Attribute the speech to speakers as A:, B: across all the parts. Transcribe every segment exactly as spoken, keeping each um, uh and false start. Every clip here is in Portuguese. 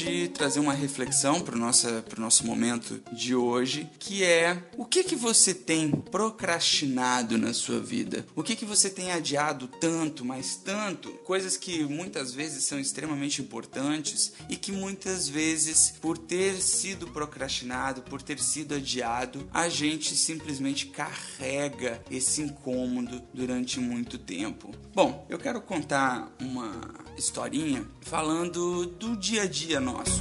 A: hoje trazer uma reflexão para o nosso, pro nosso momento de hoje, que é o que, que você tem procrastinado na sua vida? O que, que você tem adiado tanto, mas tanto? Coisas que muitas vezes são extremamente importantes e que muitas vezes, por ter sido procrastinado, por ter sido adiado, a gente simplesmente carrega esse incômodo durante muito tempo. Bom, eu quero contar uma historinha falando do dia a dia nosso.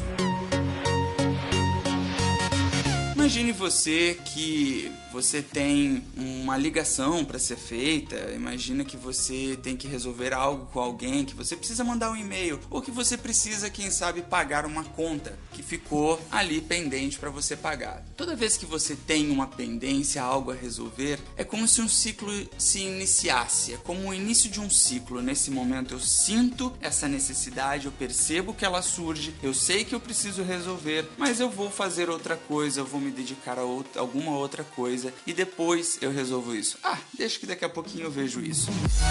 A: Imagine você que você tem uma ligação para ser feita, imagina que você tem que resolver algo com alguém, que você precisa mandar um e-mail, ou que você precisa, quem sabe, pagar uma conta que ficou ali pendente para você pagar. Toda vez que você tem uma pendência, algo a resolver, é como se um ciclo se iniciasse, é como o início de um ciclo. Nesse momento eu sinto essa necessidade, eu percebo que ela surge, eu sei que eu preciso resolver, mas eu vou fazer outra coisa, eu vou me dedicar a outra, alguma outra coisa e depois eu resolvo isso. Ah, deixa que daqui a pouquinho eu vejo isso.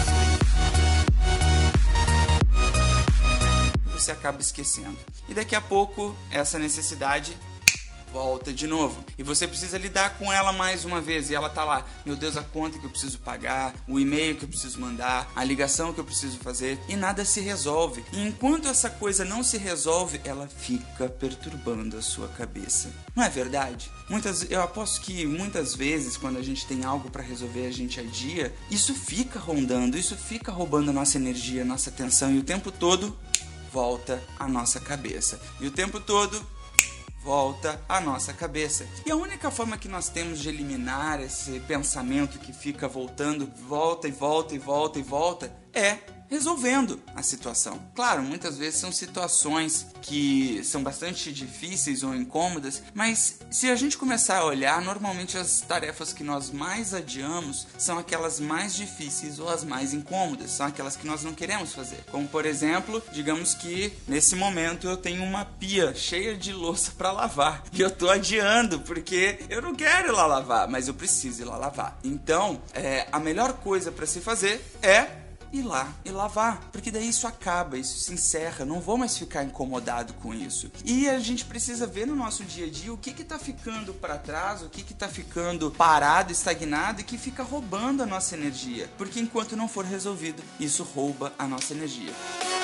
A: Você acaba esquecendo. E daqui a pouco essa necessidade volta de novo. E você precisa lidar com ela mais uma vez. E ela tá lá, meu Deus, a conta que eu preciso pagar, o e-mail que eu preciso mandar, a ligação que eu preciso fazer. E nada se resolve. E enquanto essa coisa não se resolve, ela fica perturbando a sua cabeça. Não é verdade? Muitas, eu aposto que muitas vezes, quando a gente tem algo para resolver, a gente adia, isso fica rondando, isso fica roubando a nossa energia, a nossa atenção. E o tempo todo volta a nossa cabeça. E o tempo todo volta à nossa cabeça. E a única forma que nós temos de eliminar esse pensamento que fica voltando, volta e volta e volta e volta, é resolvendo a situação. Claro, muitas vezes são situações que são bastante difíceis ou incômodas, mas se a gente começar a olhar, normalmente as tarefas que nós mais adiamos são aquelas mais difíceis ou as mais incômodas, são aquelas que nós não queremos fazer. Como, por exemplo, digamos que nesse momento eu tenho uma pia cheia de louça para lavar e eu tô adiando porque eu não quero ir lá lavar, mas eu preciso ir lá lavar. Então, é, a melhor coisa para se fazer é ir lá e lavar, porque daí isso acaba, isso se encerra, não vou mais ficar incomodado com isso. E a gente precisa ver no nosso dia a dia o que que tá ficando para trás, o que que tá ficando parado, estagnado e que fica roubando a nossa energia, porque enquanto não for resolvido, isso rouba a nossa energia.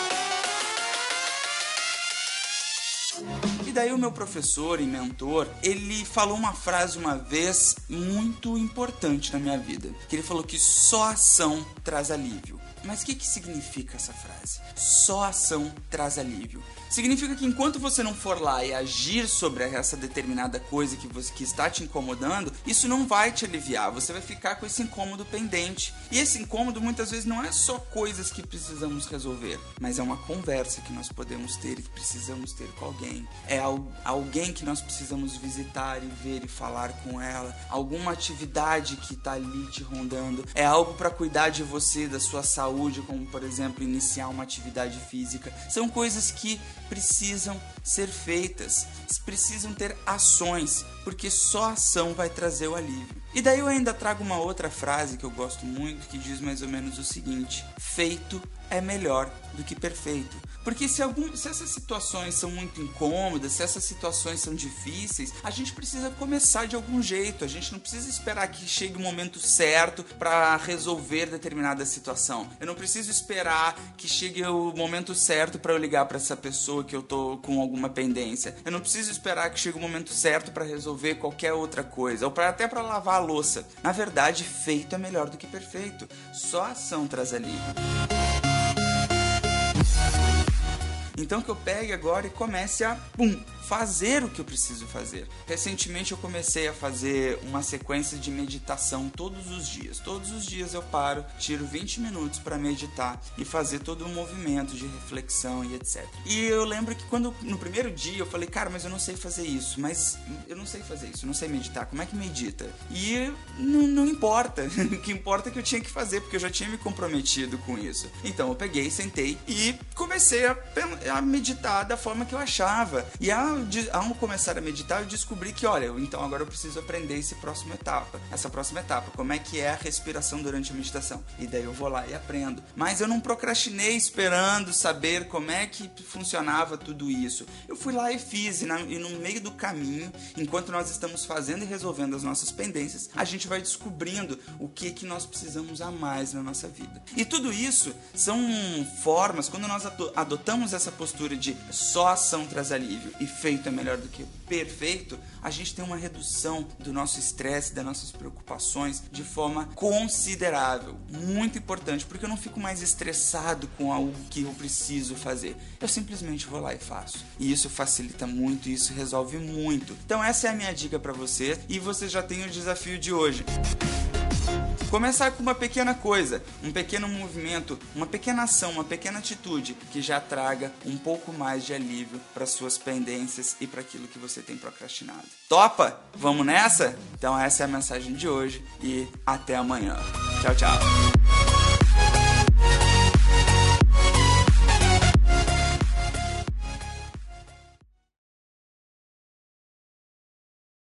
A: E daí o meu professor e mentor, ele falou uma frase uma vez muito importante na minha vida, que ele falou que só ação traz alívio. Mas o que que significa essa frase? Só ação traz alívio. Significa que enquanto você não for lá e agir sobre essa determinada coisa que, você, que está te incomodando, isso não vai te aliviar, você vai ficar com esse incômodo pendente. E esse incômodo muitas vezes não é só coisas que precisamos resolver, mas é uma conversa que nós podemos ter e que precisamos ter com alguém. É alguém que nós precisamos visitar e ver e falar com ela, alguma atividade que está ali te rondando, é algo para cuidar de você, da sua saúde, como por exemplo iniciar uma atividade física. São coisas que precisam ser feitas, precisam ter ações, porque só a ação vai trazer o alívio. E daí eu ainda trago uma outra frase que eu gosto muito, que diz mais ou menos o seguinte: feito é melhor do que perfeito. Porque se, algum, se essas situações são muito incômodas, se essas situações são difíceis, a gente precisa começar de algum jeito. A gente não precisa esperar que chegue o momento certo para resolver determinada situação. Eu não preciso esperar que chegue o momento certo para eu ligar para essa pessoa que eu tô com alguma pendência. Eu não preciso esperar que chegue o momento certo para resolver qualquer outra coisa, ou pra, até para lavar a louça. Na verdade, feito é melhor do que perfeito. Só a ação traz alívio. Então que eu pegue agora e comece a, pum, fazer o que eu preciso fazer. Recentemente eu comecei a fazer uma sequência de meditação todos os dias. Todos os dias eu paro, tiro vinte minutos para meditar e fazer todo um movimento de reflexão e etcétera. E eu lembro que quando no primeiro dia eu falei, cara, mas eu não sei fazer isso, mas eu não sei fazer isso, eu não sei meditar, como é que medita? E não, não importa, o que importa é que eu tinha que fazer, porque eu já tinha me comprometido com isso. Então eu peguei, sentei e comecei a a meditar da forma que eu achava. E ao, ao começar a meditar, eu descobri que, olha, então agora eu preciso aprender esse próximo etapa, essa próxima etapa, como é que é a respiração durante a meditação. E daí eu vou lá e aprendo. Mas eu não procrastinei esperando saber como é que funcionava tudo isso. Eu fui lá e fiz, e, na, e no meio do caminho, enquanto nós estamos fazendo e resolvendo as nossas pendências, a gente vai descobrindo o que, que nós precisamos a mais na nossa vida. E tudo isso são formas, quando nós adotamos essa postura de só ação traz alívio e feito é melhor do que perfeito, a gente tem uma redução do nosso estresse, das nossas preocupações de forma considerável. Muito importante, porque eu não fico mais estressado com algo que eu preciso fazer. Eu simplesmente vou lá e faço. E isso facilita muito, isso resolve muito. Então essa é a minha dica para você, e você já tem o desafio de hoje. Começar com uma pequena coisa, um pequeno movimento, uma pequena ação, uma pequena atitude que já traga um pouco mais de alívio para suas pendências e para aquilo que você tem procrastinado. Topa? Vamos nessa? Então essa é a mensagem de hoje e até amanhã. Tchau, tchau.